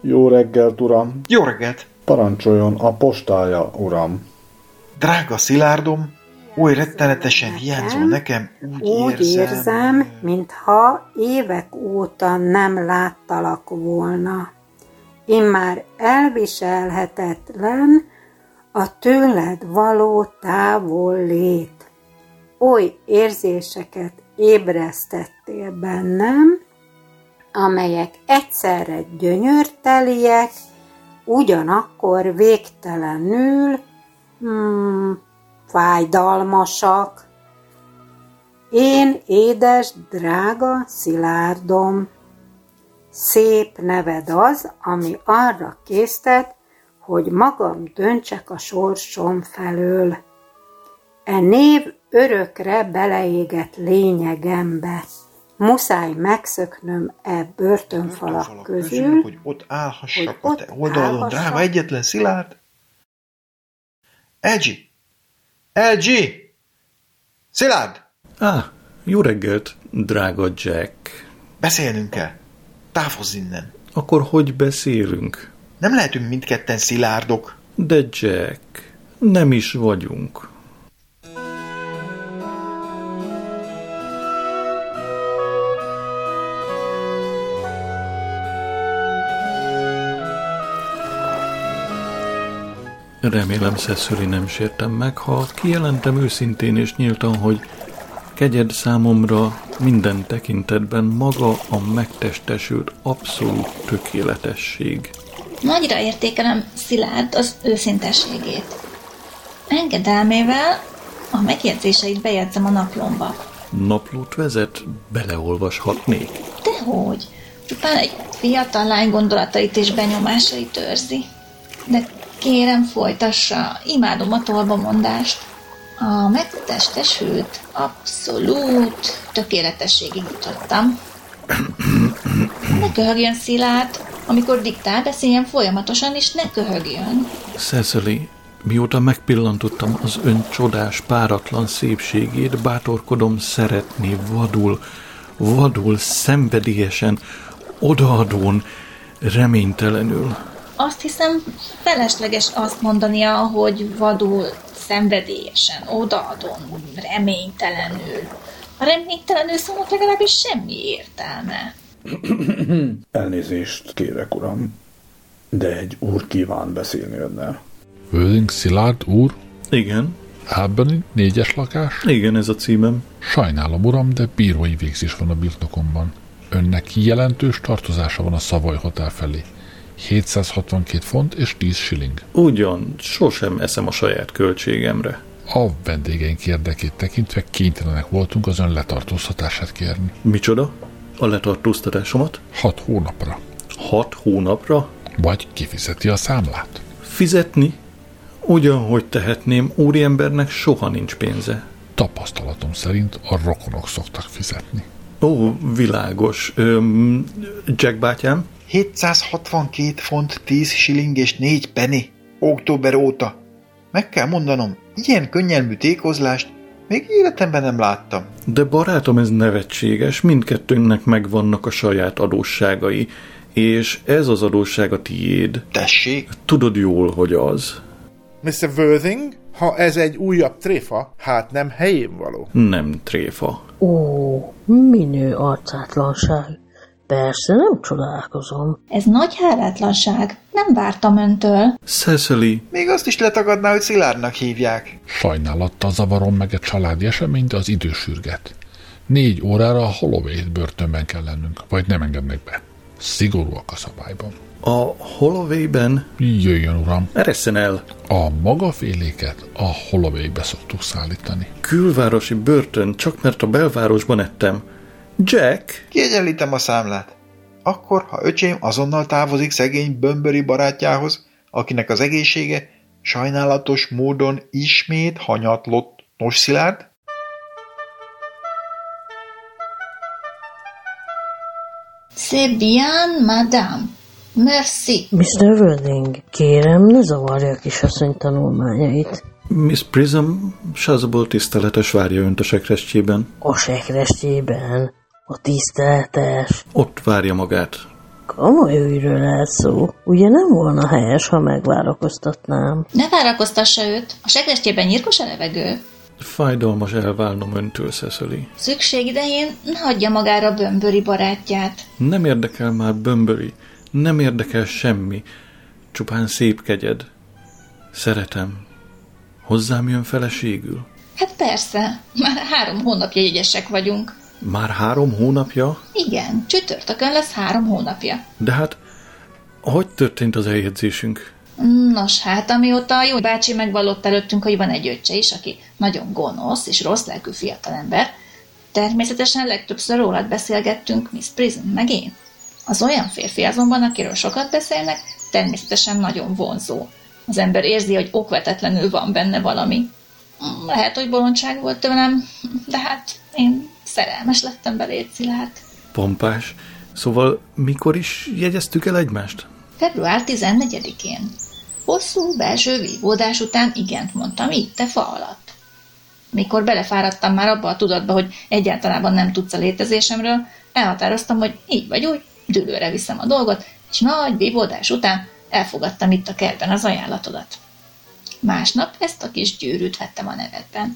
Jó reggelt, uram! Jó reggelt! Parancsoljon a postája, uram! Drága Szilárdom, oly rettenetesen hiányzol nekem, úgy érzem, mintha évek óta nem láttalak volna. Immár elviselhetetlen a tőled való távol lét. Oly érzéseket ébresztettél bennem, amelyek egyszerre gyönyörteliek, ugyanakkor végtelenül fájdalmasak. Én édes, drága Szilárdom, szép neved az, ami arra késztet, hogy magam döntsek a sorsom felől. E név örökre beleégett lényegembe. Muszáj megszöknöm e börtönfalak közül, hogy ott állhassak a te oldalon, drága egyetlen Szilárd. LG! Szilárd! Jó reggelt, drága Jack. Beszélnünk kell. Távozz innen. Akkor hogy beszélünk? Nem lehetünk mindketten Szilárdok. De Jack, nem is vagyunk. Remélem, Cecily, nem sértem meg, ha kijelentem őszintén és nyíltan, hogy kegyed számomra minden tekintetben maga a megtestesült abszolút tökéletesség. Nagyra értékelem Szilárd az őszintességét. Engedelmével a megjegyzéseit bejegyzem a naplomba. Naplót vezet? Beleolvashatnék? Dehogy. Csupán egy fiatal lány gondolatait és benyomásait őrzi. De kérem, folytassa, imádom a tolbamondást. A megtestesült, abszolút tökéletességig jutottam. Ne köhögjön, Szilárd, amikor diktál, beszéljen folyamatosan, és ne köhögjön. Cecily, mióta megpillantottam az ön csodás, páratlan szépségét, bátorkodom szeretni vadul, szenvedélyesen, odaadón, reménytelenül. Azt hiszem, felesleges azt mondania, hogy vadul, szenvedélyesen, odaadon, reménytelenül. A reménytelenül szónak legalábbis semmi értelme. Elnézést kérek, uram, de egy úr kíván beszélni önnel. Worthing Szilárd úr? Igen. Albany, 4-es lakás? Igen, ez a címem. Sajnálom, uram, de bírói végzés van a birtokomban. Önnek jelentős tartozása van a Savoy Hotel felé. 762 font és 10 shilling. Ugyan, sosem eszem a saját költségemre. A vendégeink érdekét tekintve kénytelenek voltunk az ön letartóztatását kérni. Micsoda? A letartóztatásomat? 6 hónapra. 6 hónapra? Vagy kifizeti a számlát. Fizetni? Ugyan, hogy tehetném, úriembernek soha nincs pénze. Tapasztalatom szerint a rokonok szoktak fizetni. Ó, világos. Jack bátyám? 762 font, 10 shilling és 4 penny. Október óta. Meg kell mondanom, ilyen könnyelmű tékozlást még életemben nem láttam. De barátom, ez nevetséges, mindkettőnknek megvannak a saját adósságai, és ez az adósság a tiéd. Tessék? Tudod jól, hogy az. Mr. Worthing, ha ez egy újabb tréfa, hát nem helyén való. Nem tréfa. Ó, minő arcátlanság. Persze, nem csodálkozom. Ez nagy hálátlanság. Nem vártam öntől. Cecily. Még azt is letagadná, hogy Szilárdnak hívják. Sajnálattal zavarom meg egy családi eseményt, de az idő sürget. 4 órára a Holloway börtönben kell lennünk, vagy nem engednek be. Szigorúak a szabályban. A Holloway-ben? Jöjjön, uram. Eresszen el. A magaféléket a Holloway-be szoktuk szállítani. Külvárosi börtön, csak mert a belvárosban ettem. Jack? Kiegyenlítem a számlát. Akkor, ha öcsém azonnal távozik szegény bömböri barátjához, akinek az egészsége sajnálatos módon ismét hanyatlott. Nos, Szilárd? C'est bien, madame. Merci. Mr. Worthing, kérem, ne zavarja a kisasszony tanulmányait. Miss Prism sázból tiszteletes várja önt a sekrestjében. A sekrestjében? A tiszteletes? Ott várja magát. Komoly ügyről lehet szó. Ugye nem volna helyes, ha megvárakoztatnám? Ne várakoztassa őt, a sekrestjében nyírkos a levegő. Fájdalmas elválnom öntől, Cecily. Szükség idején ne hagyja magára Bunbury barátját. Nem érdekel már Bunbury, nem érdekel semmi, csupán szép kegyed. Szeretem. Hozzám jön feleségül. Hát persze, már 3 hónapja jegyesek vagyunk. Már 3 hónapja? Igen, csütörtökön lesz 3 hónapja. De hát, hogy történt az eljegyzésünk? Nos hát, amióta a jó bácsi megvallott előttünk, hogy van egy öccse is, aki nagyon gonosz és rossz lelkű fiatalember, természetesen legtöbbször rólad beszélgettünk, Miss Prism meg én. Az olyan férfi azonban, akiről sokat beszélnek, természetesen nagyon vonzó. Az ember érzi, hogy okvetetlenül van benne valami. Lehet, hogy bolondság volt tőlem, de hát én szerelmes lettem beléd, Szilárd. Pompás. Szóval mikor is jegyeztük el egymást? Február 14-én. Hosszú belső vívódás után igent mondtam itt, te fa alatt. Mikor belefáradtam már abba a tudatba, hogy egyáltalában nem tudsz a létezésemről, elhatároztam, hogy így vagy úgy, dűlőre viszem a dolgot, és nagy vívódás után elfogadtam itt a kertben az ajánlatodat. Másnap ezt a kis gyűrűt vettem a nevedben.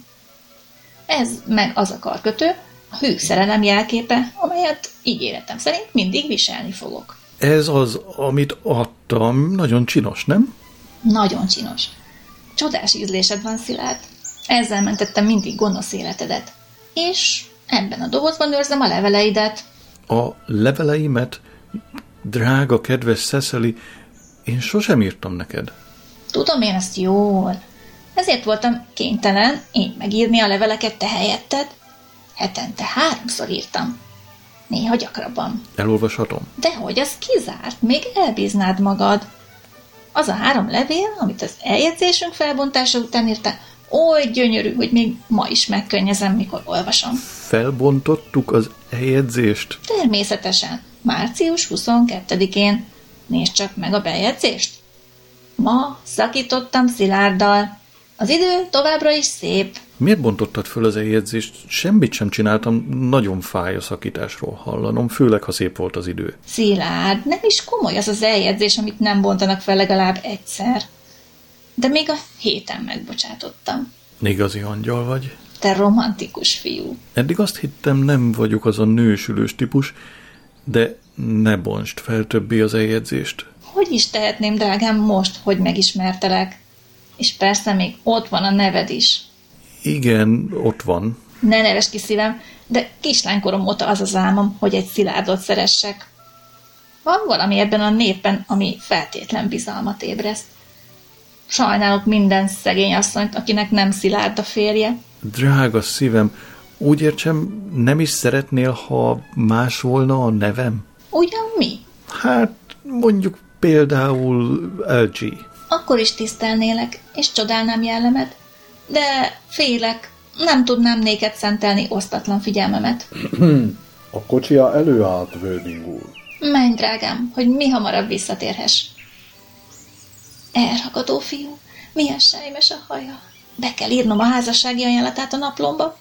Ez meg az a karkötő, a hűk szerelem jelképe, amelyet ígéretem szerint mindig viselni fogok. Ez az, amit adtam, nagyon csinos, nem? Nagyon csinos. Csodás ízlésed van, Szilárd. Ezzel mentettem mindig gonosz életedet. És ebben a dobozban őrzem a leveleidet. A leveleimet, drága, kedves Cecily, én sosem írtam neked. Tudom én ezt jól. Ezért voltam kénytelen én megírni a leveleket te helyetted. Hetente 3-szor írtam. Néha gyakrabban. Elolvashatom? Dehogy, az kizárt, még elbíznád magad. Az a 3 levél, amit az eljegyzésünk felbontása után írtál, oly gyönyörű, hogy még ma is megkönnyezem, mikor olvasom. Felbontottuk az eljegyzést? Természetesen. Március 22-én. Nézd csak meg a bejegyzést. Ma szakítottam Szilárddal. Az idő továbbra is szép. Miért bontottad föl az eljegyzést? Semmit sem csináltam, nagyon fáj a szakításról hallanom, főleg, ha szép volt az idő. Szilárd, nem is komoly az az eljegyzés, amit nem bontanak fel legalább egyszer. De még a héten megbocsátottam. Igazi angyal vagy? Te romantikus fiú. Eddig azt hittem, nem vagyok az a nősülős típus, de ne bontsd fel többé az eljegyzést. Hogy is tehetném, drágám, most, hogy megismertelek? És persze még ott van a neved is. Igen, ott van. Ne neves ki szívem, de kislánykorom óta az az álmom, hogy egy Szilárdot szeressek. Van valami ebben a névben, ami feltétlen bizalmat ébreszt. Sajnálok minden szegény asszonyt, akinek nem Szilárd a férje. Drága szívem, úgy értsem, nem is szeretnél, ha más volna a nevem? Ugyan mi? Hát, mondjuk például LG. Akkor is tisztelnélek, és csodálnám jellemet, de félek, nem tudnám néked szentelni osztatlan figyelmemet. A kocsija előállt, Wörding úr. Menj, drágám, hogy mi hamarabb visszatérhess. Elragadó fiú, milyen sejmes a haja. Be kell írnom a házassági ajánlatát a naplomba.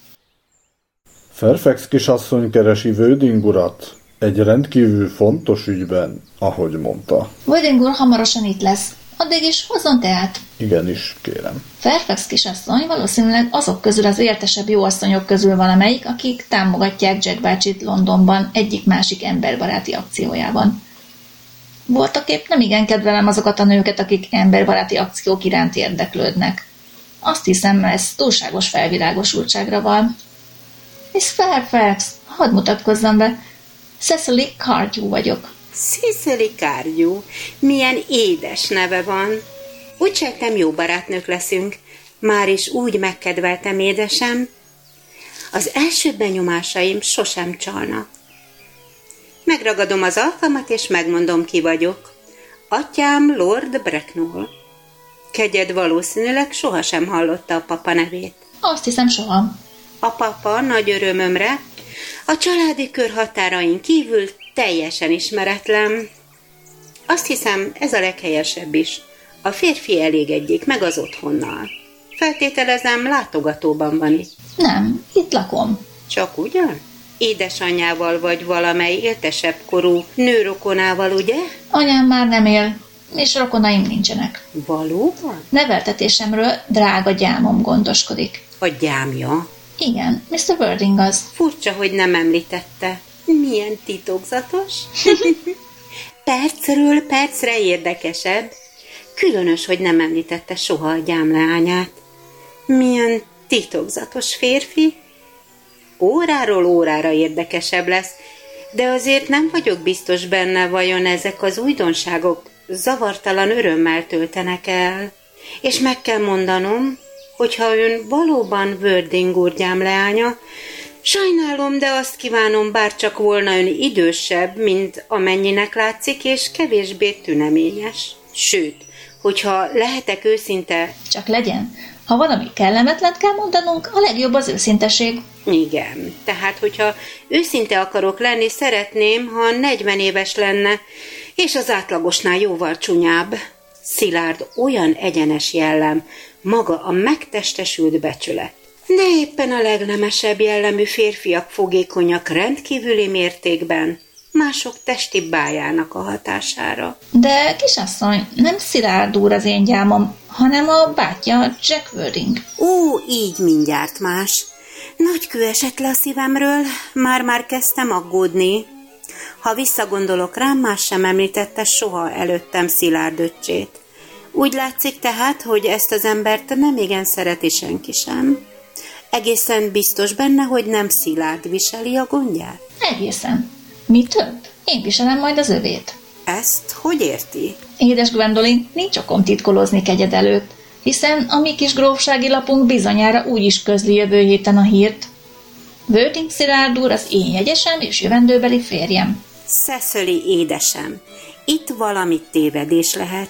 Fairfax kisasszony keresi Wörding urat egy rendkívül fontos ügyben, ahogy mondta. Wörding úr hamarosan itt lesz. Addig is hozzon teát. Igenis, kérem. Fairfax kisasszony valószínűleg azok közül az értesebb jó asszonyok közül valamelyik, akik támogatják Jack bácsit Londonban egyik-másik emberbaráti akciójában. Voltaképp nem igen kedvelem azokat a nőket, akik emberbaráti akciók iránt érdeklődnek. Azt hiszem, ez túlságos felvilágosultságra van. Miss Fairfax, hadd mutatkozzam be. Cecily Cardew vagyok. Cecily Cardew, milyen édes neve van. Úgy sejtem, jó barátnők leszünk. Már is úgy megkedveltem, édesem. Az első benyomásaim sosem csalnak. Megragadom az alkalmat, és megmondom, ki vagyok. Atyám Lord Bracknell. Kegyed valószínűleg sohasem hallotta a papa nevét. Azt hiszem, soha. A papa nagy örömömre a családi kör határain kívül teljesen ismeretlen. Azt hiszem, ez a leghelyesebb is. A férfi elégedjék meg az otthonnal. Feltételezem, látogatóban van itt. Nem, itt lakom. Csak ugyan? Édesanyjával vagy valamely éltesebb korú nőrokonával, ugye? Anyám már nem él, és rokonaim nincsenek. Valóban? Neveltetésemről drága gyámom gondoskodik. A gyámja? Igen, Mr. Birding az. Furcsa, hogy nem említette. Milyen titokzatos. Percről percre érdekesebb. Különös, hogy nem említette soha a gyámleányát. Milyen titokzatos férfi. Óráról órára érdekesebb lesz, de azért nem vagyok biztos benne, vajon ezek az újdonságok zavartalan örömmel töltenek el. És meg kell mondanom, hogyha ön valóban Birding úr gyámleánya, sajnálom, de azt kívánom, bárcsak volna ön idősebb, mint amennyinek látszik, és kevésbé tüneményes. Sőt, hogyha lehetek őszinte... Csak legyen. Ha valami kellemetlent kell mondanunk, a legjobb az őszinteség. Igen, tehát hogyha őszinte akarok lenni, szeretném, ha 40 éves lenne, és az átlagosnál jóval csúnyább. Szilárd olyan egyenes jellem, maga a megtestesült becsület. De éppen a legnemesebb jellemű férfiak fogékonyak rendkívüli mértékben, mások testi bájának a hatására. De kisasszony, nem Szilárd úr az én gyámom, hanem a bátyja Jack Birding. Ó, így mindjárt más. Nagy kő esett le a szívemről, már kezdtem aggódni. Ha visszagondolok rám, más sem említette soha előttem Szilárd öccsét. Úgy látszik tehát, hogy ezt az embert nem igen szereti senki sem. Egészen biztos benne, hogy nem Szilárd viseli a gondját? Egészen. Mi több? Én viselem majd az övét. Ezt hogy érti? Édes Gwendolyn, nincs okom titkolózni kegyed előtt, hiszen a mi kis grófsági lapunk bizonyára úgy is közli jövő héten a hírt. Birding Szilárd úr az én jegyesem és jövendőbeli férjem. Cecily édesem, itt valami tévedés lehet.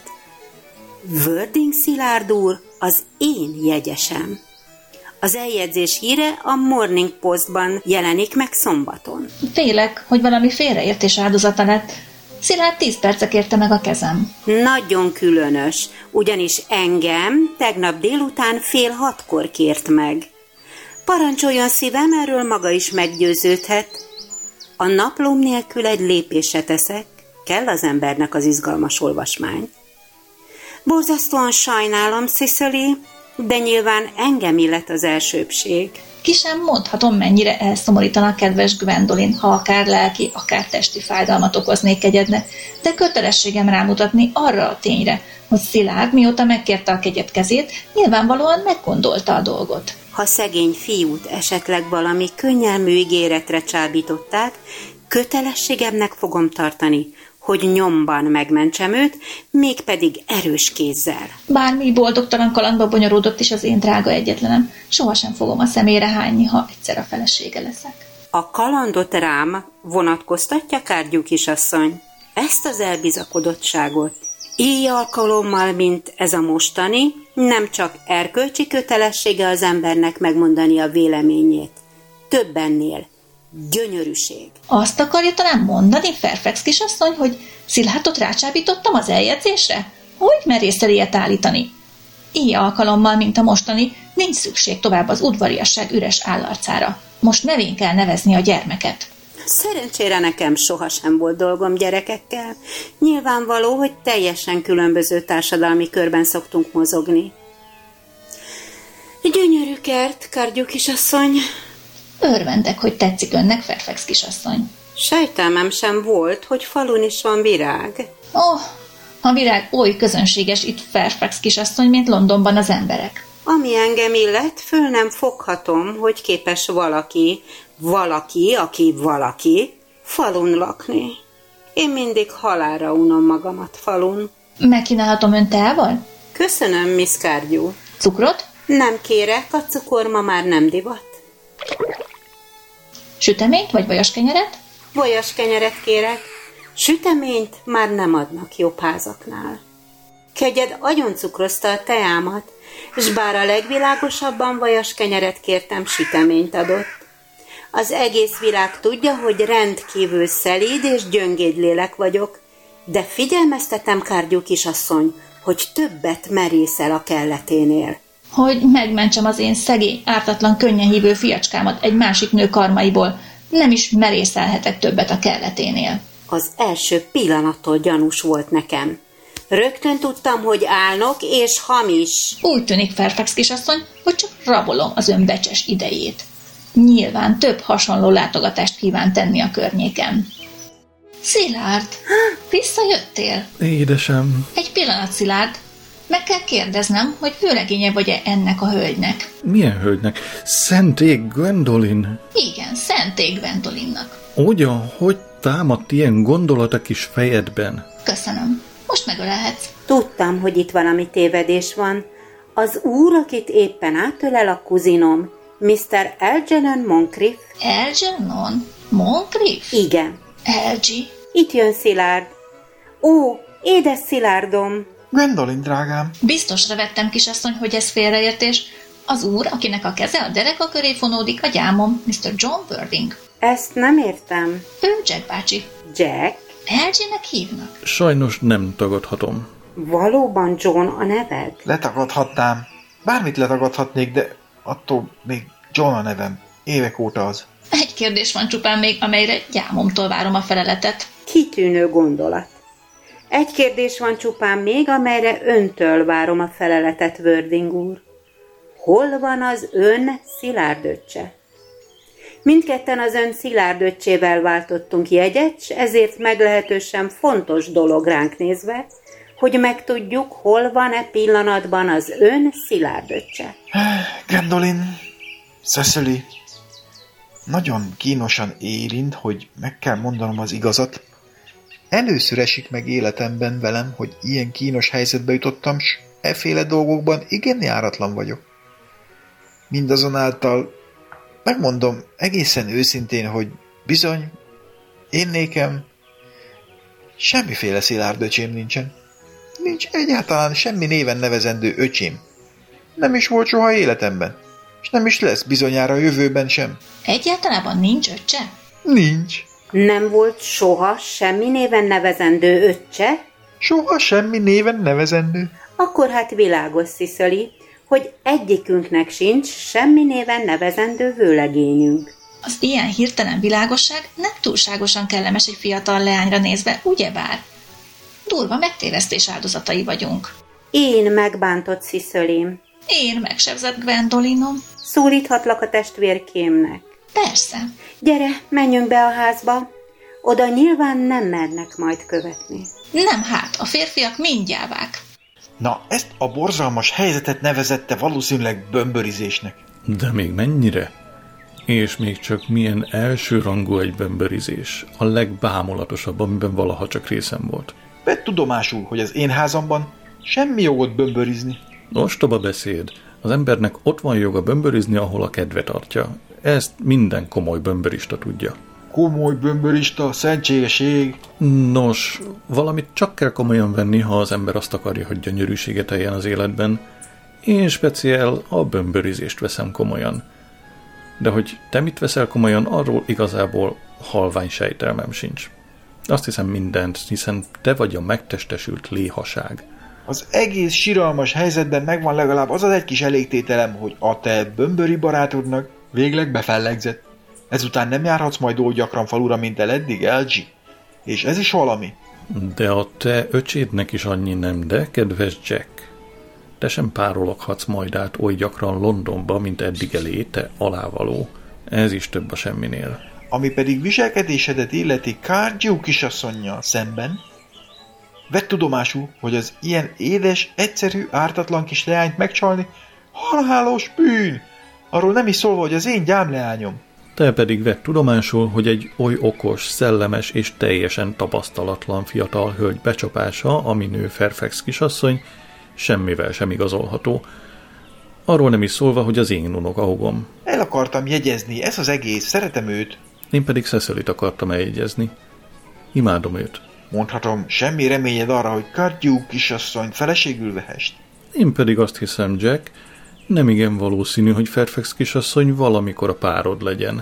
Birding Szilárd úr az én jegyesem. Az eljegyzés híre a Morning Postban jelenik meg szombaton. Félek, hogy valami félreértés áldozata lett. Szilárd 10 percre kérte meg a kezem. Nagyon különös, ugyanis engem tegnap délután 5:30 kért meg. Parancsoljon szívem, erről maga is meggyőződhet. A naplóm nélkül egy lépésre teszek, kell az embernek az izgalmas olvasmány. Borzasztóan sajnálom, Cecily, de nyilván engem illet az elsőbbség. Ki sem mondhatom, mennyire elszomorítanak, kedves Gwendolyn, ha akár lelki, akár testi fájdalmat okoznék kegyednek, de kötelességem rámutatni arra a tényre, hogy Szilárd, mióta megkérte a kegyed kezét, nyilvánvalóan meggondolta a dolgot. Ha szegény fiút esetleg valami könnyelmű ígéretre csábították, kötelességemnek fogom tartani, hogy nyomban megmentsem őt, mégpedig erős kézzel. Bármi boldogtalan kalandba bonyolódott is az én drága egyetlenem, sohasem fogom a szemére hányni, ha egyszer a felesége leszek. A kalandot rám vonatkoztatja, kárgyú kisasszony? Ezt az elbizakodottságot. Így alkalommal, mint ez a mostani, nem csak erkölcsi kötelessége az embernek megmondani a véleményét. Több ennél. Gyönyörűség. Azt akarja talán mondani, Fairfax kisasszony, hogy Szilárdot rácsábítottam az eljegyzésre? Hogy merészel ilyet állítani? Így alkalommal, mint a mostani, nincs szükség tovább az udvariasság üres állarcára. Most nevén kell nevezni a gyermeket. Szerencsére nekem sohasem volt dolgom gyerekekkel. Nyilvánvaló, hogy teljesen különböző társadalmi körben szoktunk mozogni. Gyönyörű kert, kárgyú kisasszony. Örvendek, hogy tetszik önnek, Fairfax kisasszony. Sejtelmem sem volt, hogy falun is van virág. A virág oly közönséges itt, Fairfax kisasszony, mint Londonban az emberek. Ami engem illet, föl nem foghatom, hogy képes valaki, aki valaki, falun lakni. Én mindig halálra unom magamat falun. Megkínálhatom ön teával? Köszönöm, Miss Cardew. Cukrot? Nem kérek, a cukor ma már nem divat. Süteményt vagy vajaskenyeret? Vajaskenyeret kérek. Süteményt már nem adnak jobb házaknál. Kegyed agyoncukrozta a teámat, s bár a legvilágosabban vajaskenyeret kértem, süteményt adott. Az egész világ tudja, hogy rendkívül szelíd és gyöngéd lélek vagyok, de figyelmeztetem, kárgyú kisasszony, hogy többet merészel a kelleténél. Hogy megmentsem az én szegény, ártatlan, könnyen hívő fiacskámat egy másik nő karmaiból, Nem is merészelhetek többet a kelleténél. Az első pillanattól gyanús volt nekem. Rögtön tudtam, hogy álnok és hamis. Úgy tűnik, Fairfax kisasszony, hogy csak rabolom az ön becses idejét. Nyilván több hasonló látogatást kíván tenni a környéken. Szilárd, visszajöttél? Édesem. Egy pillanat, Szilárd. Meg kell kérdeznem, hogy vőlegénye vagy-e ennek a hölgynek. Milyen hölgynek? Szenték Gwendolyn. Igen, Szenték Gwendolinnak. Ugyan, hogy támadt ilyen gondolat a kis fejedben? Köszönöm. Most megölelhetsz. Tudtam, hogy itt valami tévedés van. Az úr, akit éppen átölel a kuzinom, Mr. Algernon Moncrief. Algernon Moncrief? Igen. Algy. Itt jön Szilárd. Ó, édes Szilárdom! Gwendolyn, drágám. Biztosra vettem, kisasszony, hogy ez félreértés. Az úr, akinek a keze a dereka köré fonódik, a gyámom, Mr. John Worthing. Ezt nem értem. Ő Jack bácsi. Jack? Algynek hívnak. Sajnos nem tagadhatom. Valóban John a neved? Letagadhatnám. Bármit letagadhatnék, de attól még John a nevem. Évek óta az. Egy kérdés van csupán még, amelyre gyámomtól várom a feleletet. Kitűnő gondolat. Egy kérdés van csupán még, amelyre öntől várom a feleletet, Worthing úr. Hol van az ön Szilárd öccse? Mindketten az ön Szilárd öccsével váltottunk jegyet, s ezért meglehetősen fontos dolog ránk nézve, hogy megtudjuk, hol van-e pillanatban az ön Szilárd öccse. Gwendolyn, Cecily, nagyon kínosan érint, hogy meg kell mondanom az igazat. Először esik meg életemben velem, hogy ilyen kínos helyzetbe jutottam, s efféle dolgokban igen járatlan vagyok. Mindazonáltal megmondom egészen őszintén, hogy bizony, én nékem semmiféle Szilárd öcsém nincsen. Nincs egyáltalán semmi néven nevezendő öcsém. Nem is volt soha életemben, és nem is lesz bizonyára a jövőben sem. Egyáltalában nincs öccse? Nincs. Nem volt soha semmi néven nevezendő öccse? Soha semmi néven nevezendő. Akkor hát világos, Cecily, hogy egyikünknek sincs semmi néven nevezendő vőlegényünk. Az ilyen hirtelen világosság nem túlságosan kellemes egy fiatal leányra nézve, ugyebár? Durva megtévesztés áldozatai vagyunk. Én megbántott, Cecilym. Én megsebzett Gwendolinom. Szólíthatlak a testvérkémnek? Persze. Gyere, menjünk be a házba. Oda nyilván nem mernek majd követni. Nem hát, a férfiak mind gyávák. Na, ezt a borzalmas helyzetet nevezette valószínűleg bömbörizésnek. De még mennyire? És még csak milyen elsőrangú egy bömbörizés. A legbámulatosabb, amiben valaha csak részem volt. Vedd tudomásul, hogy az én házamban semmi jogot bömbörizni. Ostoba beszéd. Az embernek ott van joga bömbörizni, ahol a kedve tartja. Ezt minden komoly bömbörista tudja. Komoly bömbörista, szentséges ég. Nos, valamit csak kell komolyan venni, ha az ember azt akarja, hogy gyönyörűséget éljen az életben. Én speciál a bömbörizést veszem komolyan. De hogy te mit veszel komolyan, arról igazából halvány sejtelmem sincs. Azt hiszem mindent, hiszen te vagy a megtestesült léhaság. Az egész siralmas helyzetben megvan legalább az egy kis elégtételem, hogy a te bömböri barátodnak végleg befellegzett. Ezután nem járhatsz majd oly gyakran falura, mint el eddig, Algy. És ez is valami. De a te öcsédnek is annyi nem, de kedves Jack. Te sem párologhatsz majd át oly gyakran Londonba, mint eddig elé, te alávaló. Ez is több a semminél. Ami pedig viselkedésedet illeti Cardew kisasszonnyal szemben, vedd tudomásul, hogy az ilyen édes, egyszerű, ártatlan kis leányt megcsalni halálos bűn. Arról nem is szólva, hogy az én gyámleányom. Te pedig vedd tudomásul, hogy egy oly okos, szellemes és teljesen tapasztalatlan fiatal hölgy becsapása, ami nő Fairfax kisasszony, semmivel sem igazolható. Arról nem is szólva, hogy az én unokahúgom. El akartam jegyezni, ez az egész, szeretem őt. Én pedig Cecilyt akartam eljegyezni. Imádom őt. Mondhatom, semmi reményed arra, hogy Cardew kisasszony feleségül vehest. Én pedig azt hiszem, Jack, nem igen valószínű, hogy Fairfax kisasszony valamikor a párod legyen.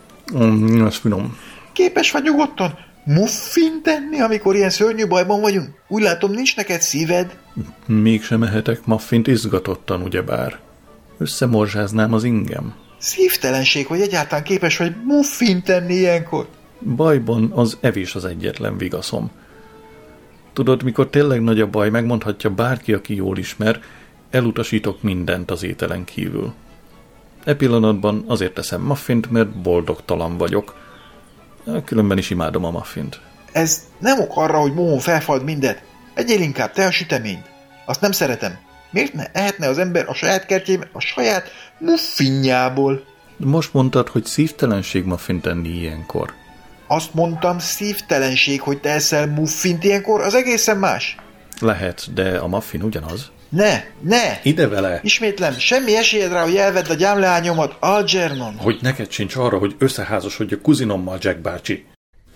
Ez finom. Képes vagy nyugodtan muffin tenni, amikor ilyen szörnyű bajban vagyunk? Úgy látom, nincs neked szíved? Mégsem ehetek muffint izgatottan, ugyebár. Összemorzsáznám az ingem. Szívtelenség, hogy egyáltalán képes vagy muffin tenni ilyenkor. Bajban az evés az egyetlen vigaszom. Tudod, mikor tényleg nagy a baj, megmondhatja bárki, aki jól ismer, elutasítok mindent az ételen kívül. E pillanatban azért teszem muffint, mert boldogtalan vagyok. Különben is imádom a muffint. Ez nem ok arra, hogy mohón felfald mindet. Egyél inkább te a süteményt. Azt nem szeretem. Miért ne ehetne az ember a saját kertjében a saját muffinjából? Most mondtad, hogy szívtelenség muffint tenni ilyenkor. Azt mondtam, szívtelenség, hogy te eszel muffint ilyenkor, az egészen más. Lehet, de a muffin ugyanaz. Ne! Ide vele! Ismétlem, semmi esélyed rá, hogy elvedd a gyámleányomat, Algernon. Hogy neked sincs arra, hogy összeházasodj a kuzinommal, Jack bácsi.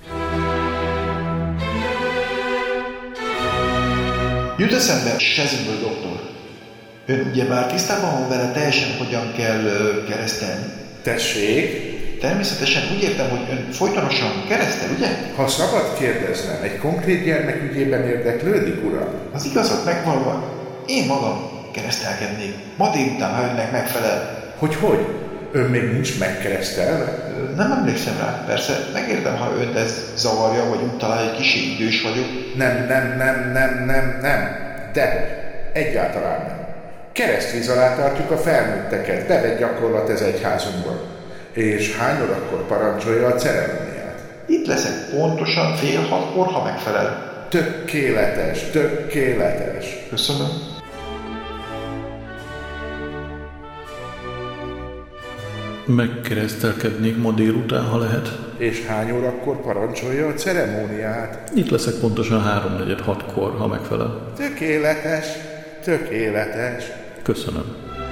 Jut eszembe, Chasuble doktor. Ön ugyebár tisztában van vele teljesen, hogyan kell keresztelni. Tessék? Természetesen úgy értem, hogy ön folytonosan keresztel, ugye? Ha szabad kérdeznem, egy konkrét gyermek ügyében érdeklődik, uram? Az igazat megvalva, én magam keresztelkednék. Ma délután, ha önnek megfelel. Hogy? Ön még nincs megkeresztelve? Nem emlékszem rá, persze, megértem, ha önt ez zavarja, vagy úgy találja, hogy kicsi idős vagyok. Nem. De egyáltalán nem. Keresztvíz alá tartjuk a felnőtteket, bevett gyakorlat ez egyházunkban. És hány órakor parancsolja a ceremóniát? Itt leszek pontosan 5:30, ha megfelel. Tökéletes. Köszönöm. Megkeresztelkednék ma délután, ha lehet. És hány órakor parancsolja a ceremóniát? Itt leszek pontosan 3:45-kor, ha megfelel. Tökéletes. Köszönöm.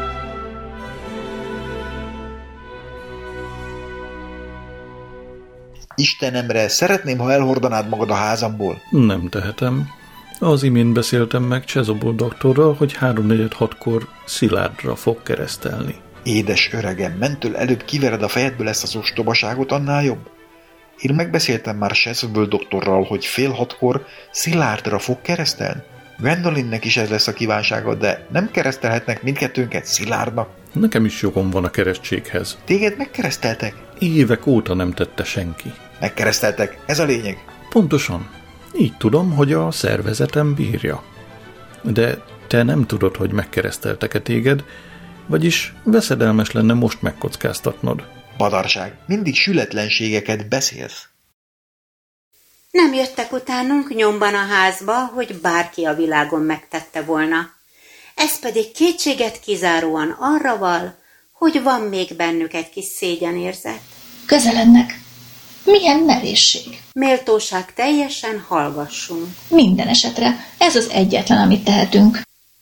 Istenemre, szeretném, ha elhordanád magad a házamból. Nem tehetem. Az imént beszéltem meg Chasuble doktorral, hogy 3:46-kor Szilárdra fog keresztelni. Édes öregem, mentől előbb kivered a fejedből ezt az ostobaságot, annál jobb. Én megbeszéltem már Chasuble doktorral, hogy 5:30 Szilárdra fog keresztelni. Gwendolinnek is ez lesz a kívánsága, de nem keresztelhetnek mindkettőnket Szilárdnak. Nekem is jogom van a keresztséghez. Téged megkereszteltek? Évek óta nem tette senki. Megkereszteltek, ez a lényeg. Pontosan. Így tudom, hogy a szervezetem bírja. De te nem tudod, hogy megkereszteltek-e téged, vagyis veszedelmes lenne most megkockáztatnod. Badarság, mindig sületlenségeket beszélsz. Nem jöttek utánunk nyomban a házba, hogy bárki a világon megtette volna. Ez pedig kétséget kizáróan arra val, hogy van még bennük egy kis szégyenérzet. Közelednek. Milyen merészség. Méltóság teljesen hallgassunk. Minden esetre ez az egyetlen, amit tehetünk.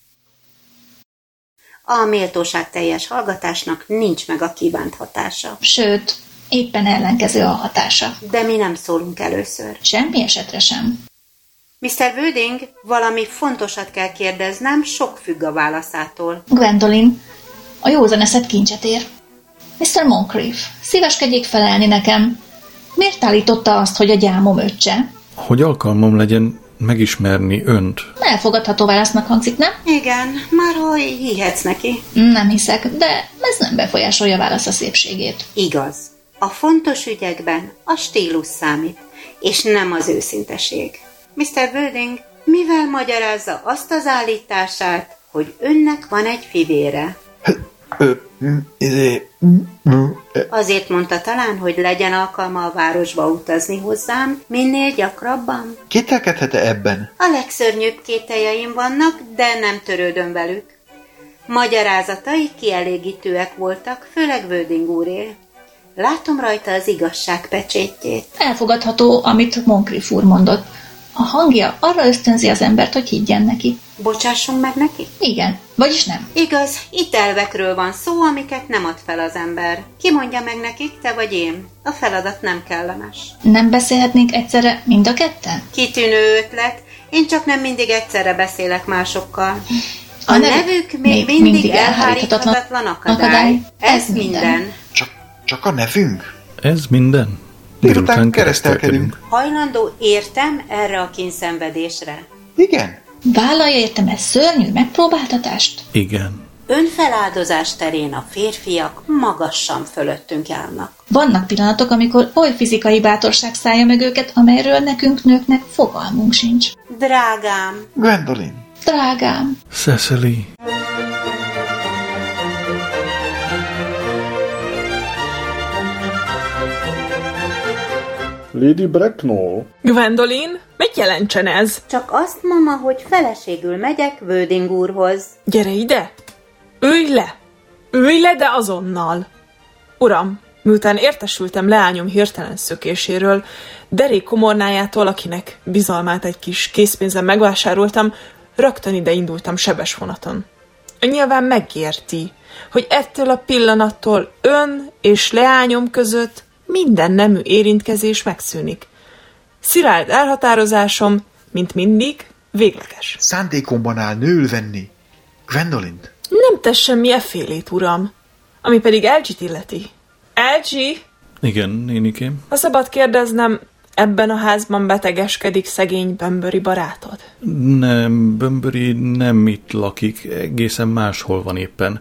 A méltóság teljes hallgatásnak nincs meg a kívánt hatása. Sőt, éppen ellenkező a hatása. De mi nem szólunk először. Semmi esetre sem. Mr. Wöding, valami fontosat kell kérdeznem, sok függ a válaszától. Gwendolyn, a józan eszed kincset ér. Mr. Moncrief, szíveskedjék felelni nekem. Miért állította azt, hogy a gyámom öccse? Hogy alkalmam legyen megismerni önt. Elfogadható válasznak hangzik, nem? Igen, már ha hihetsz neki. Nem hiszek, de ez nem befolyásolja válasz a szépségét. Igaz. A fontos ügyekben a stílus számít, és nem az őszinteség. Mr. Wöding, mivel magyarázza azt az állítását, hogy önnek van egy fivére? Azért mondta talán, hogy legyen alkalma a városba utazni hozzám, minél gyakrabban? Kételkedhet-e ebben? A legszörnyűbb kételjeim vannak, de nem törődöm velük. Magyarázatai kielégítőek voltak, főleg Wöding úré. Látom rajta az igazság pecsétjét. Elfogadható, amit Moncrief úr mondott. A hangja arra ösztönzi az embert, hogy higgyen neki. Bocsássunk meg neki? Igen, vagyis nem. Igaz, itt elvekről van szó, amiket nem ad fel az ember. Ki mondja meg nekik, te vagy én? A feladat nem kellemes. Nem beszélhetnénk egyszerre mind a ketten? Kitűnő ötlet. Én csak nem mindig egyszerre beszélek másokkal. A nevük még mindig elháríthatatlan akadály. Ez minden. Csak a nevünk? Ez minden? Délután keresztelkedünk. Hajlandó értem erre a kényszenvedésre? Igen. Vállalja értem ezt szörnyű megpróbáltatást? Igen. Önfeláldozás terén a férfiak magasan fölöttünk állnak. Vannak pillanatok, amikor oly fizikai bátorság szállja meg őket, amelyről nekünk nőknek fogalmunk sincs. Drágám! Gwendolyn! Drágám! Cecily! Lady Bracknell? Gwendolyn, mit jelentsen ez? Csak azt, mama, hogy feleségül megyek Wörding úrhoz. Gyere ide! Ülj le! Ülj le, de azonnal! Uram, miután értesültem leányom hirtelen szökéséről, derék komornájától, akinek bizalmát egy kis készpénzen megvásároltam, rögtön ide indultam sebes vonaton. Ön nyilván megérti, hogy ettől a pillanattól ön és leányom között minden nemű érintkezés megszűnik. Szilárd elhatározásom, mint mindig, végleges. Szándékomban áll nőül venni Gwendolynt. Nem tess semmi effélét, uram. Ami pedig LG-t illeti. LG? Igen, nénikém. Ha szabad kérdeznem, ebben a házban betegeskedik szegény Bunbury barátod? Nem, Bunbury nem itt lakik, egészen máshol van éppen.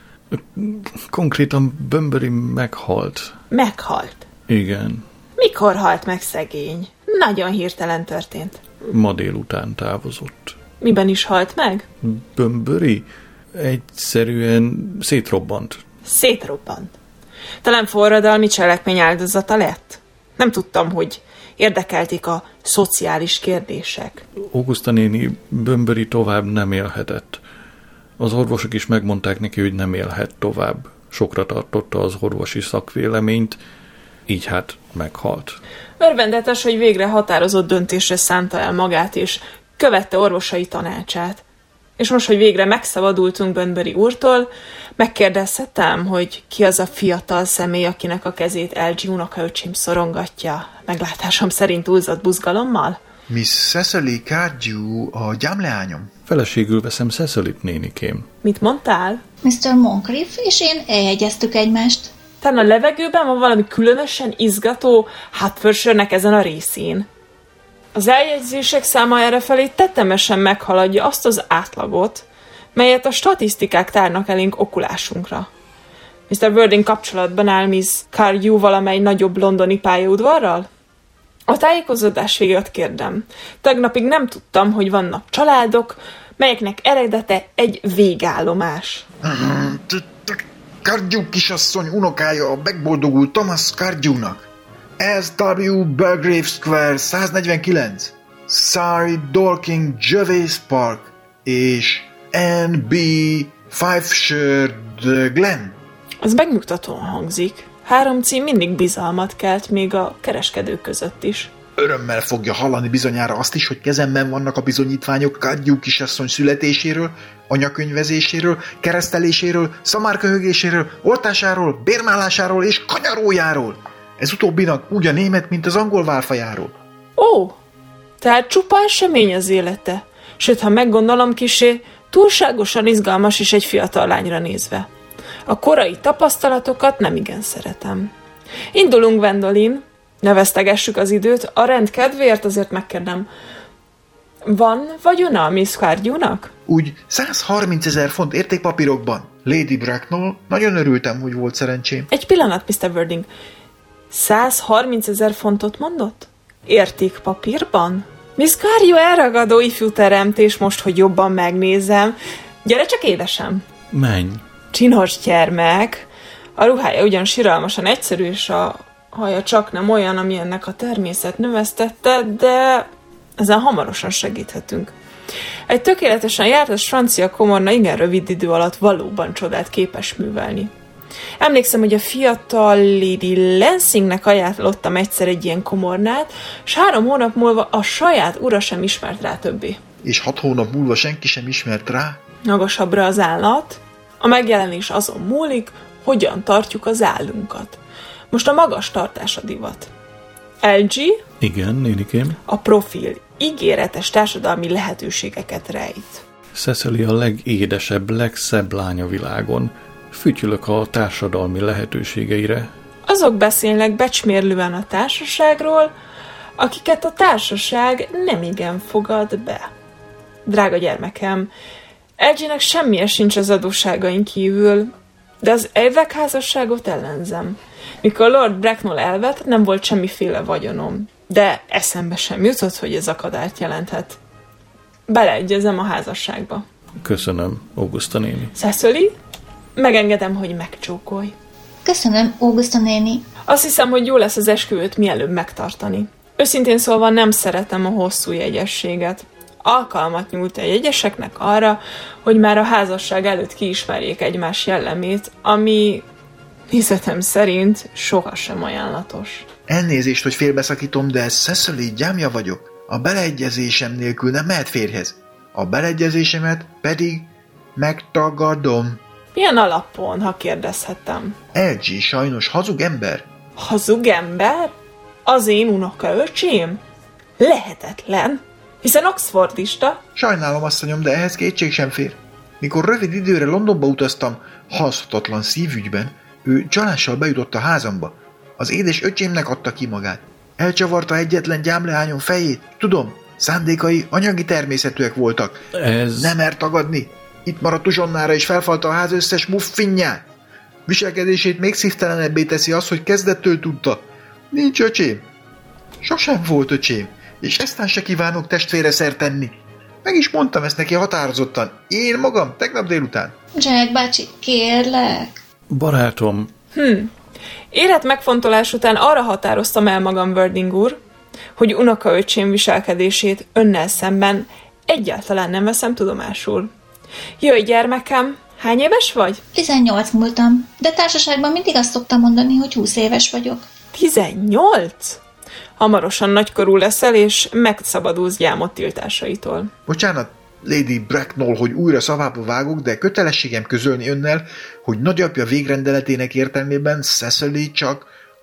Konkrétan Bunbury meghalt. Meghalt? Igen. Mikor halt meg szegény? Nagyon hirtelen történt. Ma délután távozott. Miben is halt meg? Bunbury? Egyszerűen szétrobbant. Szétrobbant? Talán forradalmi cselekmény áldozata lett? Nem tudtam, hogy érdekelték a szociális kérdések. Augusta néni, Bunbury tovább nem élhetett. Az orvosok is megmondták neki, hogy nem élhet tovább. Sokra tartotta az orvosi szakvéleményt, így hát meghalt. Örvendetes, hogy végre határozott döntésre szánta el magát, és követte orvosai tanácsát. És most, hogy végre megszabadultunk Bunbury úrtól, megkérdezhetem, hogy ki az a fiatal személy, akinek a kezét LG unokaöcsém szorongatja, meglátásom szerint túlzott buzgalommal? Miss Cecily Cardew, a gyámleányom. Feleségül veszem Cecilyt, nénikém. Mit mondtál? Mr. Moncrief és én eljegyeztük egymást. Talán a levegőben van valami különösen izgató Hertfordshire-nek ezen a részén. Az eljegyzések száma errefelé tetemesen meghaladja azt az átlagot, melyet a statisztikák tárnak elénk okulásunkra. Mr. Wörding kapcsolatban áll Miss Cardew valamely nagyobb londoni pályaudvarral? A tájékozódás véget kérdem. Tegnapig nem tudtam, hogy vannak családok, melyeknek eredete egy végállomás. Cardew kisasszony unokája a megboldogult Thomas Cardewnak. S.W. Belgrave Square 149, Surrey Dorking Gervais Park és N.B. Fifeshire Glen. Az megnyugtatóan hangzik. 3 cím mindig bizalmat kelt, még a kereskedők között is. Örömmel fogja hallani bizonyára azt is, hogy kezemben vannak a bizonyítványok Cardew kisasszony születéséről, anyakönyvezéséről, kereszteléséről, szamárköhögéséről, oltásáról, bérmálásáról és kanyarójáról. Ez utóbbinak úgy a német, mint az angol válfajáról. Ó, tehát csupa esemény az élete. Sőt, ha meggondolom kissé, túlságosan izgalmas is egy fiatal lányra nézve. A korai tapasztalatokat nem igen szeretem. Indulunk, Gwendolyn, ne vesztegessük az időt, a rend kedvéért azért megkérdem. Van vagyona a Miss Cardewnak? Úgy 130 000 font értékpapírokban. Lady Bracknell, nagyon örültem, hogy volt szerencsém. Egy pillanat, Mr. Wörding. 130 000 fontot mondott? Értékpapírban? Miss Cardew elragadó ifjú teremtés, most, hogy jobban megnézem. Gyere csak, édesem! Menj! Csinos gyermek. A ruhája ugyan siralmasan egyszerű, és a haja csak nem olyan, ami ennek a természet növesztette, de ezen hamarosan segíthetünk. Egy tökéletesen jártas francia komorna igen rövid idő alatt valóban csodát képes művelni. Emlékszem, hogy a fiatal Lady Lansingnek ajánlottam egyszer egy ilyen komornát, és 3 hónap múlva a saját ura sem ismert rá többé. És 6 hónap múlva senki sem ismert rá? Magasabbra az állat. A megjelenés azon múlik, hogyan tartjuk az állunkat. Most a magas tartás a divat. LG? Igen, nénikém. A profil ígéretes társadalmi lehetőségeket rejt. Cecily a legédesebb, legszebb lány a világon. Fütyülök a társadalmi lehetőségeire. Azok beszélnek becsmérlően a társaságról, akiket a társaság nemigen fogad be. Drága gyermekem, LG-nek semmije sincs az adósságain kívül, de az Évek házasságot ellenzem. Mikor Lord Bracknell elvett, nem volt semmiféle vagyonom, de eszembe sem jutott, hogy ez akadályt jelenthet. Beleegyezem a házasságba. Köszönöm, Augusta néni. Cecily, megengedem, hogy megcsókolj. Köszönöm, Augusta néni. Azt hiszem, hogy jó lesz az esküvőt mielőbb megtartani. Őszintén szólva nem szeretem a hosszú jegyességet. Alkalmat nyújt a jegyeseknek arra, hogy már a házasság előtt kiismerjék egymás jellemét, ami nézetem szerint sohasem ajánlatos. Elnézést, hogy félbeszakítom, de Cecily, gyámja vagyok. A beleegyezésem nélkül nem mehet férjhez. A beleegyezésemet pedig megtagadom. Milyen alapon, ha kérdezhetem? LG sajnos hazug ember. Hazug ember? Az én unokaöcsém? Lehetetlen, hiszen oxfordista. Sajnálom, asszonyom, de ehhez kétség sem fér. Mikor rövid időre Londonba utaztam, halszhatatlan szívügyben, ő csalással bejutott a házamba. Az édes öcsémnek adta ki magát. Elcsavarta egyetlen gyámleányom fejét. Tudom, szándékai anyagi természetűek voltak. Ez... Nem mer tagadni. Itt maradt uzsonnára és felfalta a ház összes muffinját. Viselkedését még szívtelenebbé teszi az, hogy kezdettől tudta. Nincs öcsém. Sosem volt öcsém, és eztán se kívánok testvére szert tenni. Meg is mondtam ezt neki határozottan. Én magam, tegnap délután. Jack bácsi, kérlek. Barátom. Élet megfontolás után arra határoztam el magam, Wording úr, hogy unokaöcsém viselkedését önnel szemben egyáltalán nem veszem tudomásul. Jöjj, gyermekem, hány éves vagy? 18 múltam, de társaságban mindig azt szoktam mondani, hogy 20 éves vagyok. 18? Hamarosan nagykorú leszel, és megszabadulsz gyámot tiltásaitól. Bocsánat, Lady Bracknell, hogy újra szavába vágok, de kötelességem közölni önnel, hogy nagyapja végrendeletének értelmében Cecily csak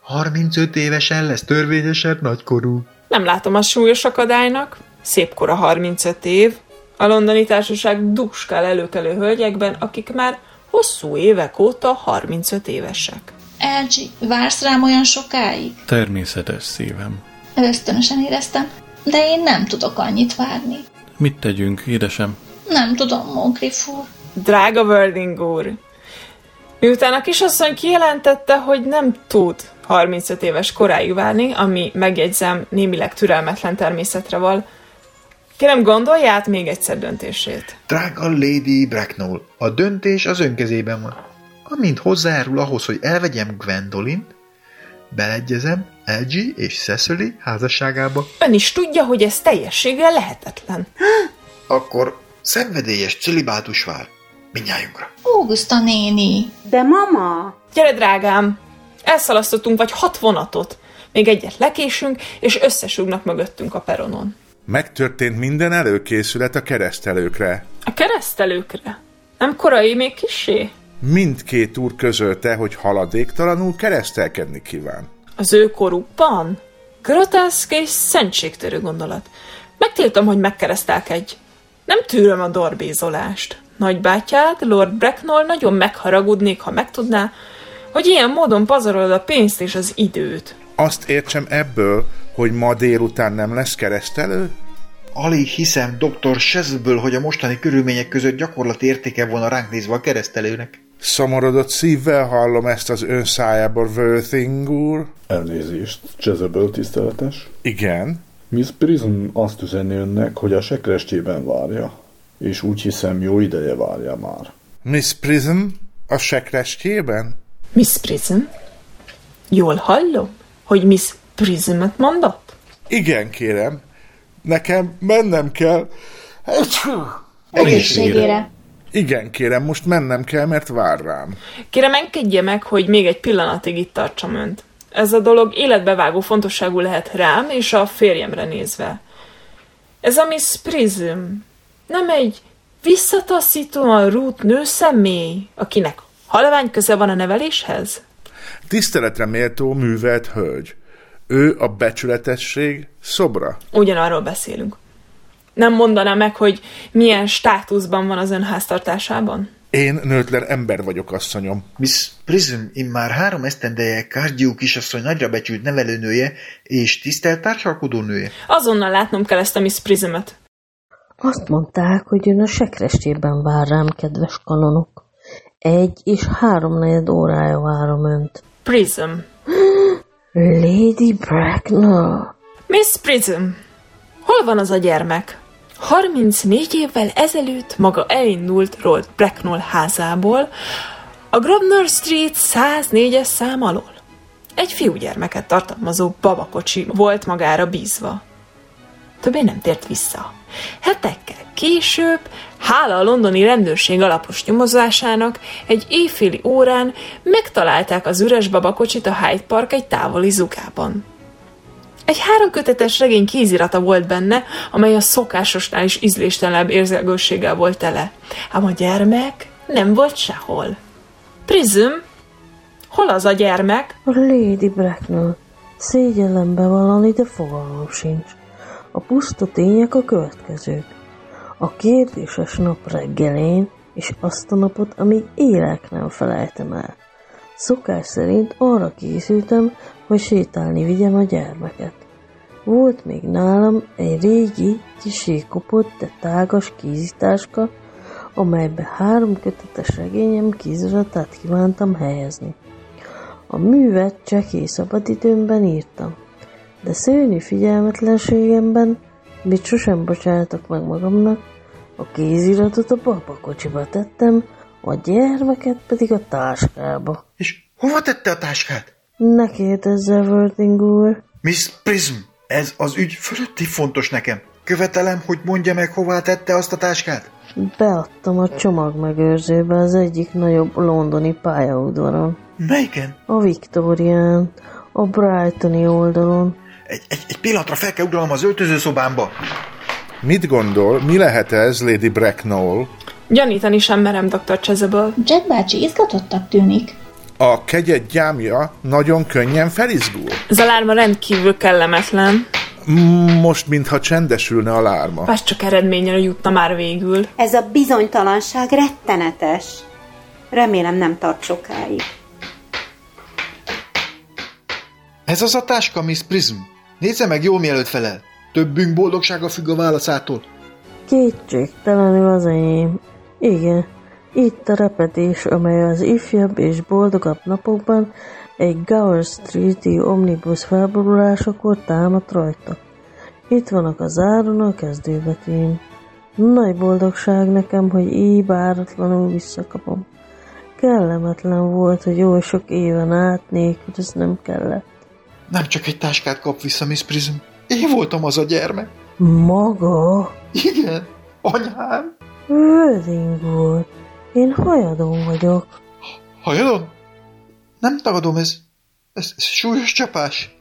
35 évesen lesz törvényesen nagykorú. Nem látom azt súlyos akadálynak. Szép kora 35 év. A londoni társaság duskál előkelő hölgyekben, akik már hosszú évek óta 35 évesek. LG, vársz rám olyan sokáig? Természetes szívem. Ösztönösen éreztem, de én nem tudok annyit várni. Mit tegyünk, édesem? Nem tudom, Moncrief úr. Drága Wording úr, miután a kisasszony kijelentette, hogy nem tud 35 éves koráig várni, ami, megjegyzem, némileg türelmetlen természetre val, kérem, gondolj át még egyszer döntését. Drága Lady Bracknell, a döntés az ön kezében van. Amint hozzájárul ahhoz, hogy elvegyem Gwendolyn, beleegyezem LG és Cecily házasságába. Ön is tudja, hogy ez teljességgel lehetetlen. Akkor szenvedélyes celibátus vár mindnyájunkra. Augusta néni. De mama! Gyere, drágám! Elszalasztottunk vagy 6 vonatot. Még egyet lekésünk, és összesúgnak mögöttünk a peronon. Megtörtént minden előkészület a keresztelőkre. A keresztelőkre? Nem korai még kissé? Mindkét úr közölte, hogy haladéktalanul keresztelkedni kíván. Az ő korukban? Groteszk és szentségtörő gondolat. Megtiltom, hogy megkeresztelkedj. Nem tűröm a dorbézolást. Nagybátyád, Lord Bracknell nagyon megharagudnék, ha megtudná, hogy ilyen módon pazarolod a pénzt és az időt. Azt értsem ebből, hogy ma délután nem lesz keresztelő? Alig hiszem Dr. Shazből, hogy a mostani körülmények között gyakorlati értéke volna ránk nézve a keresztelőnek. Szomorodott szívvel hallom ezt az ön szájából, Worthing úr. Elnézést, Jezebel tiszteletes. Igen? Miss Prism azt üzeni önnek, hogy a sekrestjében várja, és úgy hiszem jó ideje várja már. Miss Prism? A sekrestjében? Miss Prism? Jól hallom, hogy Miss Prismet mondott? Igen, kérem. Nekem mennem kell. Egészségére. Igen, kérem, most mennem kell, mert vár rám. Kérem, engedje meg, hogy még egy pillanatig itt tartsam önt. Ez a dolog életbevágó fontosságú lehet rám és a férjemre nézve. Ez a Miss Prism nem egy visszataszítóan rút nőszemély, akinek halvány köze van a neveléshez? Tiszteletre méltó művelt hölgy. Ő a becsületesség szobra. Ugyanarról beszélünk. Nem mondaná meg, hogy milyen státuszban van az ön háztartásában? Én nőtlen ember vagyok, asszonyom. Miss Prism immár 3 esztendeje Cardew kisasszony nagyra becsült nevelőnője és tisztelt társalkodónője. Azonnal látnom kell ezt a Miss Prismet. Azt mondták, hogy ön a sekrestjében vár rám, kedves kanonok. 1 és 3/4 órája várom önt. Prism. Lady Bracknell. Miss Prism, hol van az a gyermek? 34 évvel ezelőtt maga elindult Lord Bracknell házából, a Grosvenor Street 104-es szám alól. Egy fiúgyermeket tartalmazó babakocsi volt magára bízva. Többé nem tért vissza. Hetekkel később, hála a londoni rendőrség alapos nyomozásának, egy éjféli órán megtalálták az üres babakocsit a Hyde Park egy távoli zugában. Egy 3 kötetes regény kézirata volt benne, amely a szokásosnál is ízléstelenebb érzelgőséggel volt tele. Ám a gyermek nem volt sehol. Prism, hol az a gyermek? Lady Bracknell, szégyellem bevallani, de fogalmam sincs. A puszta tények a következők. A kérdéses nap reggelén, és azt a napot, amíg élek nem felejtem el. Szokás szerint arra készültem, hogy sétálni vigyem a gyermeket. Volt még nálam egy régi, kissé kopott, de tágas kézitáska, amelybe 3 kötetes regényem kéziratát kívántam helyezni. A művet csekély szabadidőmben írtam, de szörnyű figyelmetlenségemben, mit sosem bocsátok meg magamnak, a kéziratot a babakocsiba tettem, a gyermeket pedig a táskába. És hova tette a táskát? Ne kérdezze, Worthing úr. Miss Prism, ez az ügy fölötti fontos nekem. Követelem, hogy mondja meg, hová tette azt a táskát. Beadtam a csomagmegőrzőbe az egyik nagyobb londoni pályaudvaron. Melyiken? A Victorián, a Brightoni oldalon. Egy pillanatra fel kell ugralom az öltözőszobámba. Mit gondol, mi lehet ez, Lady Bracknell? Gyanítani sem merem, Dr. Chasuble. Jack bácsi izgatottak tűnik. A kegyed gyámja nagyon könnyen felizgul. Ez a lárma rendkívül kellemetlen. Most, mintha csendesülne a lárma. Bár csak eredményre jutna már végül. Ez a bizonytalanság rettenetes. Remélem nem tart sokáig. Ez az a táska, Miss Prism. Nézze meg jól, mielőtt felel. Többünk boldogsága függ a válaszától. Kétségtelenül az enyém. Igen, itt a repedés, amely az ifjabb és boldogabb napokban egy Gower Street-i omnibus felborulásakor támadt rajta. Itt vannak a záron a kezdőbetűim. Nagy boldogság nekem, hogy így váratlanul visszakapom. Kellemetlen volt, hogy oly sok éven át nélkül ez nem kellett. Nem csak egy táskát kap vissza, Miss Prism. Én voltam az a gyermek. Maga? Igen, anyám. Worthing úr, én hajadon vagyok. Hajadon? Nem tagadom, ez súlyos csapás.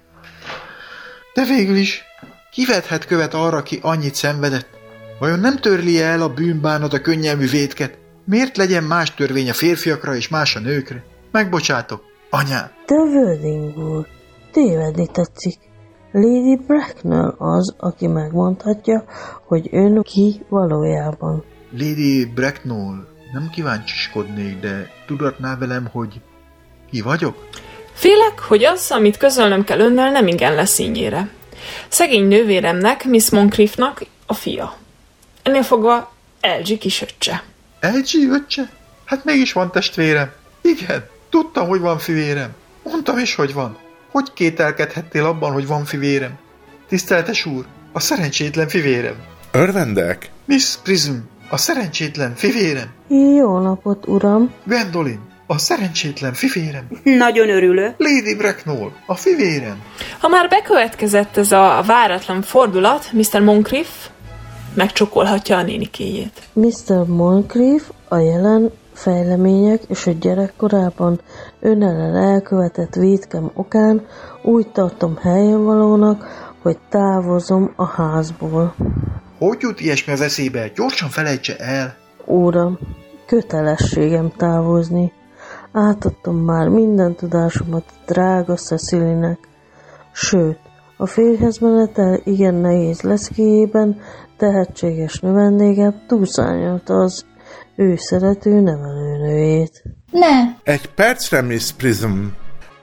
De végül is, ki vethet követ arra, ki annyit szenvedett? Vajon nem törli el a bűnbánat a könnyelmű vétket? Miért legyen más törvény a férfiakra és más a nőkre? Megbocsátok, anyám. De Worthing úr, tévedni tetszik. Lady Bracknell az, aki megmondhatja, hogy ön ki valójában. Lady Bracknell, nem kíváncsiskodnék, de tudatná velem, hogy ki vagyok? Félek, hogy az, amit közölnöm kell önnel, nem igen lesz ínyére. Szegény nővéremnek, Miss Moncriefnak a fia. Ennél fogva LG kisöccse. LG öccse? Hát mégis van testvérem. Igen, tudtam, hogy van fivérem. Mondtam is, hogy van. Hogy kételkedhettél abban, hogy van fivérem? Tiszteletes úr, a szerencsétlen fivérem. Örvendek? Miss Prism, a szerencsétlen fivérem. Jó napot, uram. Gwendolyn, a szerencsétlen fivérem. Nagyon örülök. Lady Bracknell, a fivérem. Ha már bekövetkezett ez a váratlan fordulat, Mr. Moncrief megcsokolhatja a nénikéjét. Mr. Moncrief a jelen fejlemények és a gyerekkorában ön ellen elkövetett vétkem okán úgy tartom helyénvalónak, hogy távozom a házból. Hogy jut ilyesmi az eszébe? Gyorsan felejtse el. Uram, kötelességem távozni. Átadtam már minden tudásomat a drága Cecilynek. Sőt, a férjhez menetel igen nehéz leszkéjében tehetséges növendégem túlszárnyalta az ő szerető nevelőnőjét. Ne! Egy percre, Miss Prism.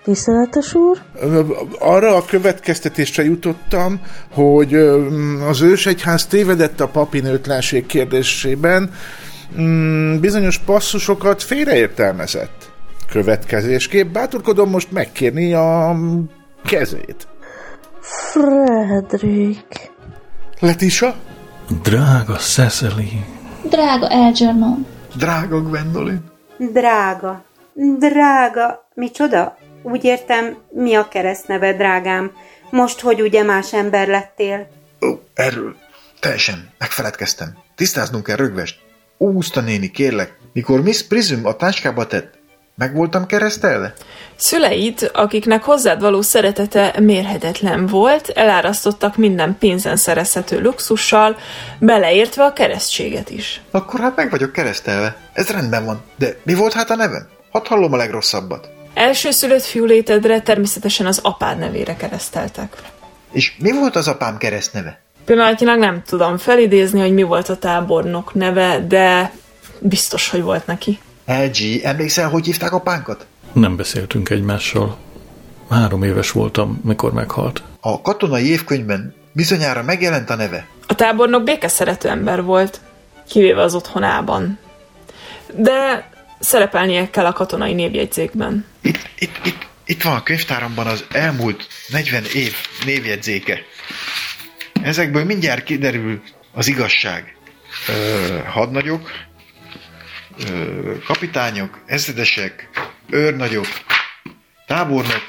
Tiszteletes úr? Arra a következtetésre jutottam, hogy az ősegyház tévedett a papinőtlenség kérdésében, bizonyos passzusokat félreértelmezett. Következésképp bátorkodom most megkérni a kezét. Frederick. Letisa? Drága Cecily. Drága Algernon. Drága Gwendolyn. Drága, micsoda? Úgy értem, mi a keresztneve, drágám? Most, hogy ugye más ember lettél? Erről teljesen megfeledkeztem. Tisztáznunk kell, Rögvest. Úszta néni, kérlek, mikor Miss Prism a táskába tett, meg voltam keresztelve? Szüleid, akiknek hozzád való szeretete mérhetetlen volt, elárasztottak minden pénzen szerezhető luxussal, beleértve a keresztséget is. Akkor hát meg vagyok keresztelve. Ez rendben van. De mi volt hát a nevem? Hadd hallom a legrosszabbat. Elsőszülött fiúlétedre természetesen az apád nevére kereszteltek. És mi volt az apám keresztneve? Pillanatnyilag nem tudom felidézni, hogy mi volt a tábornok neve, de biztos, hogy volt neki. LG, emlékszel, hogy hívták apánkat? Nem beszéltünk egymással. 3 éves voltam, mikor meghalt. A katonai évkönyvben bizonyára megjelent a neve. A tábornok békeszerető ember volt, kivéve az otthonában. De szerepelnie kell a katonai névjegyzékben. Itt van a könyvtáramban az elmúlt 40 év névjegyzéke. Ezekből mindjárt kiderül az igazság. Hadnagyok, kapitányok, ezredesek, őrnagyok, tábornok,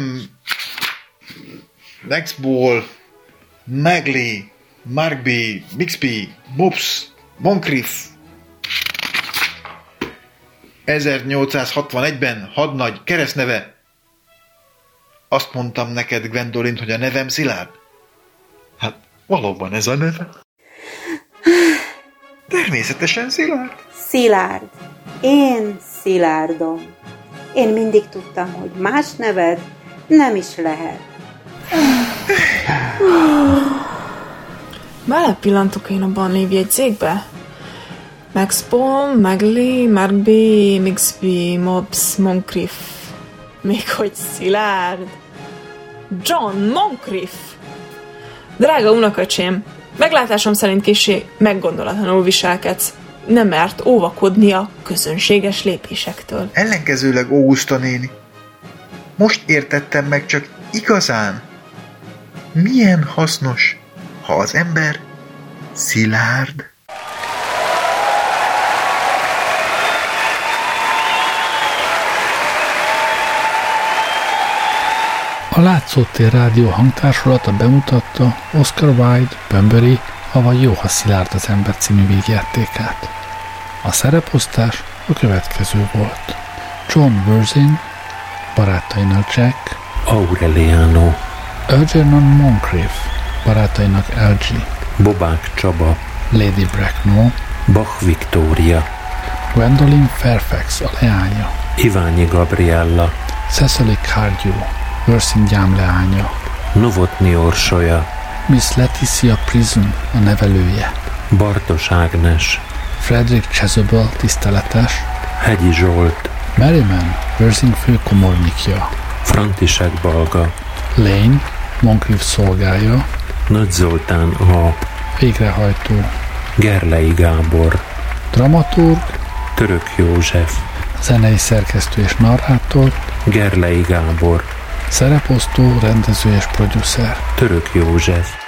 Nexball, Magley, Markby, Bixby, Mops, Moncrief. 1861-ben hadnagy keresztneve. Azt mondtam neked, Gwendolyn, hogy a nevem Szilárd. Hát valóban ez a neve. Természetesen Szilárd. Szilárd. Én Szilárdom. Én mindig tudtam, hogy más neved nem is lehet. Belepillantok én abban a névjegyzékbe? Max Paul, Magley, Markby, Mixby, Mobs, Moncrief. Még hogy Szilárd. John Moncrief. Drága unokacsém, meglátásom szerint kissé meggondolatlanul viselkedsz. Nem mert óvakodni a közönséges lépésektől. Ellenkezőleg, Augusta néni. Most értettem meg csak igazán, milyen hasznos, ha az ember szilárd. A Látszótér Rádió hangtársulata bemutatta Oscar Wilde, Bunbury, avagy Jó, ha szilárd az ember című végjátékát. A szereposztás a következő volt. John Worthing, barátainak Jack, Aureliano, Algernon Moncrief, barátainak LG, Bobák Csaba, Lady Bracknell, Bach Viktória, Gwendolyn Fairfax a leánya, Iványi Gabriella, Cecily Cardew, Worthing gyámleánya, Novotny Orsolya, Miss Leticia Prism a nevelője, Bartos Ágnes, Frederick Chasuble tiszteletes, Hegyi Zsolt, Merriman Worthing főkomornikja, František Balga, Lane Moncrief szolgája, Nagy Zoltán A, végrehajtó, Gerlei Gábor, dramaturg, Török József, zenei szerkesztő és narrátor, Gerlei Gábor, szereposztó, rendező és producer, Török József.